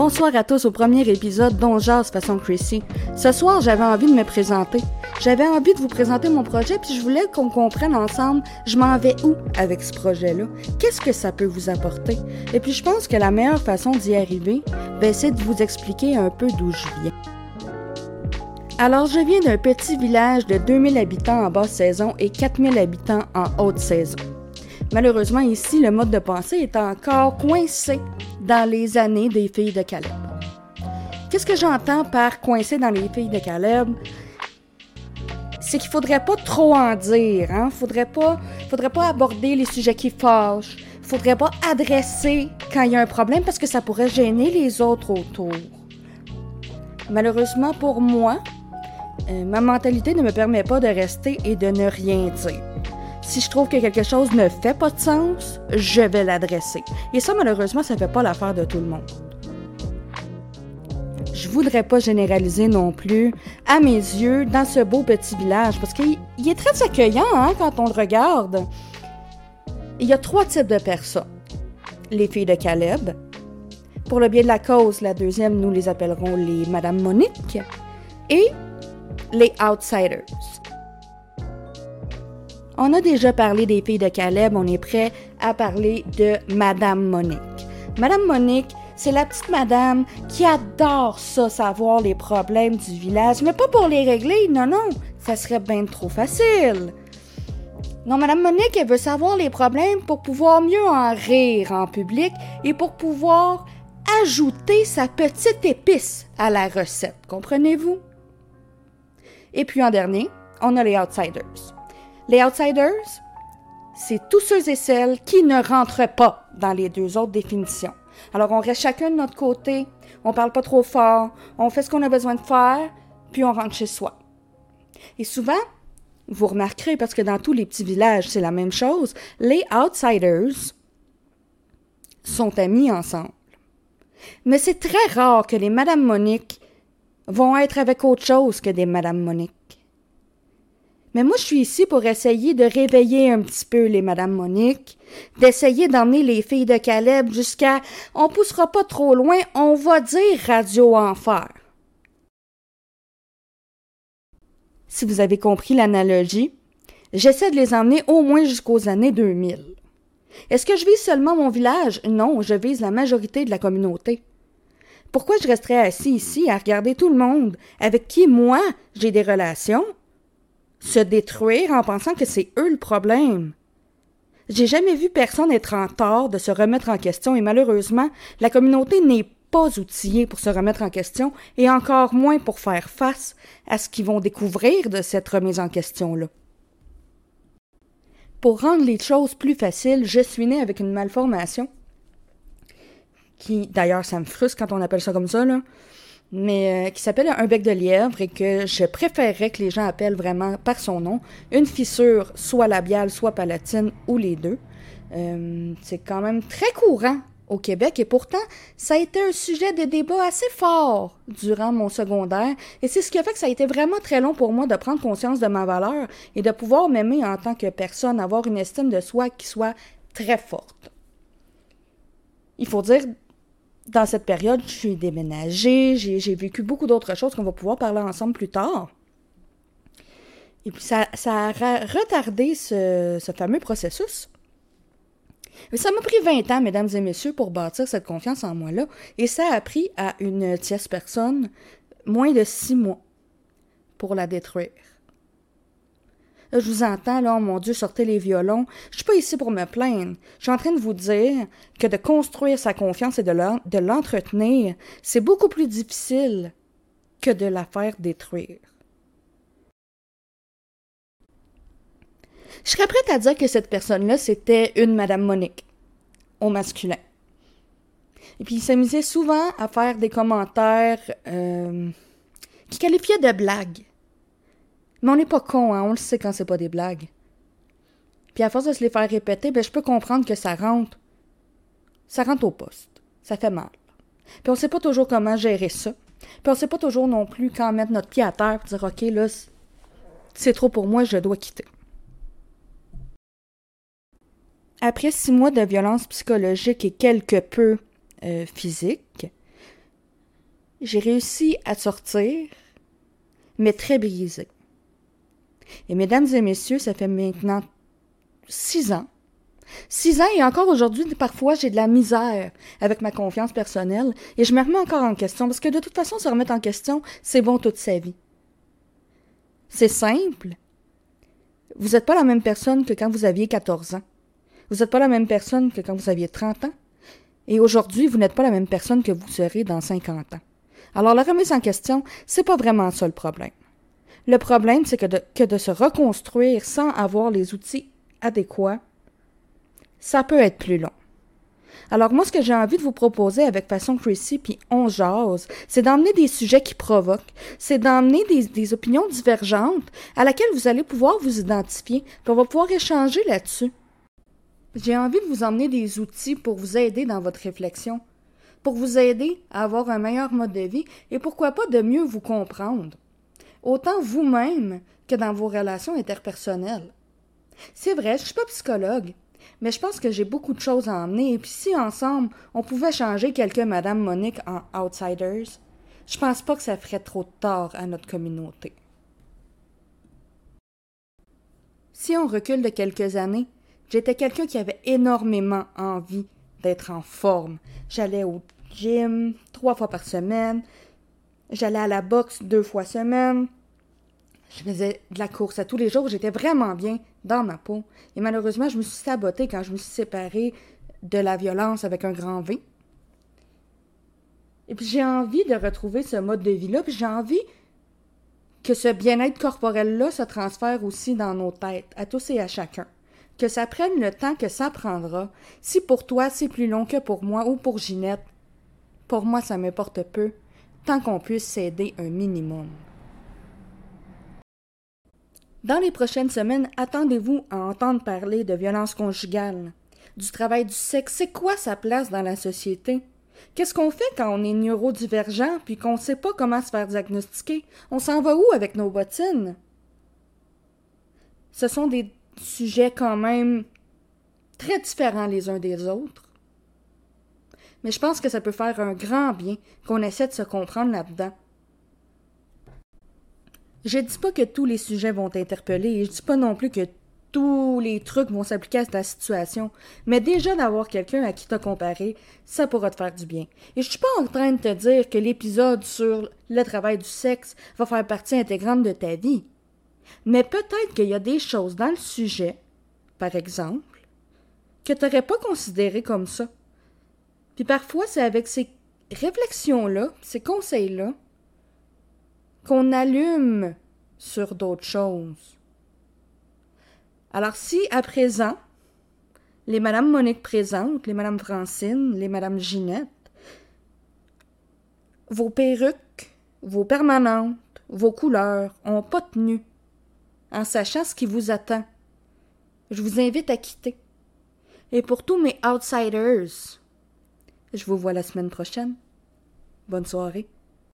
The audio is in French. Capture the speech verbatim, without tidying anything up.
Bonsoir à tous au premier épisode d'On Jase façon Chrissy. Ce soir, j'avais envie de me présenter. J'avais envie de vous présenter mon projet, puis je voulais qu'on comprenne ensemble, je m'en vais où avec ce projet-là? Qu'est-ce que ça peut vous apporter? Et puis je pense que la meilleure façon d'y arriver, ben, c'est de vous expliquer un peu d'où je viens. Alors, je viens d'un petit village de deux mille habitants en basse saison et quatre mille habitants en haute saison. Malheureusement, ici, le mode de pensée est encore coincé dans les années des filles de Caleb. Qu'est-ce que j'entends par coincé dans les filles de Caleb? C'est qu'il faudrait pas trop en dire, hein? Faudrait pas, faudrait pas aborder les sujets qui fâchent. Faudrait pas adresser quand il y a un problème parce que ça pourrait gêner les autres autour. Malheureusement pour moi, euh, ma mentalité ne me permet pas de rester et de ne rien dire. Si je trouve que quelque chose ne fait pas de sens, je vais l'adresser. Et ça, malheureusement, ça ne fait pas l'affaire de tout le monde. Je voudrais pas généraliser non plus, à mes yeux, dans ce beau petit village, parce qu'il il est très accueillant hein, quand on le regarde. Il y a trois types de personnes. Les filles de Caleb. Pour le bien de la cause, la deuxième, nous les appellerons les Madame Monique. Et les Outsiders. On a déjà parlé des filles de Caleb, on est prêt à parler de Madame Monique. Madame Monique, c'est la petite madame qui adore ça, savoir les problèmes du village, mais pas pour les régler, non, non, ça serait bien trop facile. Non, Madame Monique, elle veut savoir les problèmes pour pouvoir mieux en rire en public et pour pouvoir ajouter sa petite épice à la recette, comprenez-vous? Et puis en dernier, on a les Outsiders. Les Outsiders, c'est tous ceux et celles qui ne rentrent pas dans les deux autres définitions. Alors, on reste chacun de notre côté, on parle pas trop fort, on fait ce qu'on a besoin de faire, puis on rentre chez soi. Et souvent, vous remarquerez, parce que dans tous les petits villages, c'est la même chose, les Outsiders sont amis ensemble. Mais c'est très rare que les Madame Monique vont être avec autre chose que des Madame Monique. Mais moi, je suis ici pour essayer de réveiller un petit peu les Madame Monique, d'essayer d'emmener les filles de Caleb jusqu'à « on poussera pas trop loin, on va dire Radio Enfer ». Si vous avez compris l'analogie, j'essaie de les emmener au moins jusqu'aux années deux mille. Est-ce que je vise seulement mon village? Non, je vise la majorité de la communauté. Pourquoi je resterais assis ici à regarder tout le monde avec qui, moi, j'ai des relations, se détruire en pensant que c'est eux le problème? J'ai jamais vu personne être en tort de se remettre en question et malheureusement, la communauté n'est pas outillée pour se remettre en question et encore moins pour faire face à ce qu'ils vont découvrir de cette remise en question-là. Pour rendre les choses plus faciles, je suis née avec une malformation qui, d'ailleurs, ça me frustre quand on appelle ça comme ça, là, mais euh, qui s'appelle un bec de lièvre et que je préférerais que les gens appellent vraiment par son nom, une fissure soit labiale, soit palatine, ou les deux. Euh, c'est quand même très courant au Québec et pourtant, ça a été un sujet de débat assez fort durant mon secondaire et c'est ce qui a fait que ça a été vraiment très long pour moi de prendre conscience de ma valeur et de pouvoir m'aimer en tant que personne, avoir une estime de soi qui soit très forte. Il faut dire, dans cette période, je suis déménagée, j'ai, j'ai vécu beaucoup d'autres choses qu'on va pouvoir parler ensemble plus tard. Et puis ça, ça a retardé ce, ce fameux processus. Mais ça m'a pris vingt ans, mesdames et messieurs, pour bâtir cette confiance en moi-là. Et ça a pris à une tierce personne moins de six mois pour la détruire. Là, je vous entends, là, oh mon Dieu, sortez les violons. Je suis pas ici pour me plaindre. Je suis en train de vous dire que de construire sa confiance et de, l'en- de l'entretenir, c'est beaucoup plus difficile que de la faire détruire. Je serais prête à dire que cette personne-là, c'était une Madame Monique, au masculin. Et puis, il s'amusait souvent à faire des commentaires euh, qui qualifiaient de blagues. Mais on n'est pas con, hein, on le sait quand c'est pas des blagues. Puis à force de se les faire répéter, ben je peux comprendre que ça rentre. Ça rentre au poste. Ça fait mal. Puis on sait pas toujours comment gérer ça. Puis on sait pas toujours non plus quand mettre notre pied à terre et dire « OK, là, c'est trop pour moi, je dois quitter. » Après six mois de violence psychologique et quelque peu euh, physique, j'ai réussi à sortir, mais très brisée. Et mesdames et messieurs, ça fait maintenant six ans. Six ans et encore aujourd'hui, parfois, j'ai de la misère avec ma confiance personnelle et je me remets encore en question parce que de toute façon, se remettre en question, c'est bon toute sa vie. C'est simple. Vous n'êtes pas la même personne que quand vous aviez quatorze ans. Vous n'êtes pas la même personne que quand vous aviez trente ans. Et aujourd'hui, vous n'êtes pas la même personne que vous serez dans cinquante ans. Alors, la remise en question, c'est pas vraiment ça le problème. Le problème, c'est que de, que de se reconstruire sans avoir les outils adéquats, ça peut être plus long. Alors moi, ce que j'ai envie de vous proposer avec Façon Chrissy puis On jase, c'est d'emmener des sujets qui provoquent, c'est d'emmener des, des opinions divergentes à laquelle vous allez pouvoir vous identifier, puis on va pouvoir échanger là-dessus. J'ai envie de vous emmener des outils pour vous aider dans votre réflexion, pour vous aider à avoir un meilleur mode de vie et pourquoi pas de mieux vous comprendre, autant vous-même que dans vos relations interpersonnelles. C'est vrai, je suis pas psychologue, mais je pense que j'ai beaucoup de choses à emmener et puis si ensemble, on pouvait changer quelques Madame Monique en outsiders, je pense pas que ça ferait trop de tort à notre communauté. Si on recule de quelques années, j'étais quelqu'un qui avait énormément envie d'être en forme. J'allais au gym trois fois par semaine, j'allais à la boxe deux fois semaine, je faisais de la course à tous les jours, j'étais vraiment bien dans ma peau. Et malheureusement, je me suis sabotée quand je me suis séparée de la violence avec un grand V. Et puis j'ai envie de retrouver ce mode de vie-là, puis j'ai envie que ce bien-être corporel-là se transfère aussi dans nos têtes, à tous et à chacun. Que ça prenne le temps que ça prendra. Si pour toi, c'est plus long que pour moi ou pour Ginette, pour moi, ça m'importe peu, tant qu'on puisse s'aider un minimum. Dans les prochaines semaines, attendez-vous à entendre parler de violence conjugale, du travail du sexe. C'est quoi sa place dans la société? Qu'est-ce qu'on fait quand on est neurodivergent puis qu'on ne sait pas comment se faire diagnostiquer? On s'en va où avec nos bottines? Ce sont des sujets quand même très différents les uns des autres. Mais je pense que ça peut faire un grand bien qu'on essaie de se comprendre là-dedans. Je dis pas que tous les sujets vont t'interpeller et je dis pas non plus que tous les trucs vont s'appliquer à ta situation, mais déjà d'avoir quelqu'un à qui te comparer, ça pourra te faire du bien. Et je suis pas en train de te dire que l'épisode sur le travail du sexe va faire partie intégrante de ta vie. Mais peut-être qu'il y a des choses dans le sujet, par exemple, que tu n'aurais pas considérées comme ça. Puis parfois, c'est avec ces réflexions-là, ces conseils-là, qu'on allume sur d'autres choses. Alors si, à présent, les Madame Monique présentes, les Madame Francine, les Madame Ginette, vos perruques, vos permanentes, vos couleurs ont pas tenu, en sachant ce qui vous attend, je vous invite à quitter. Et pour tous mes outsiders, je vous vois la semaine prochaine. Bonne soirée.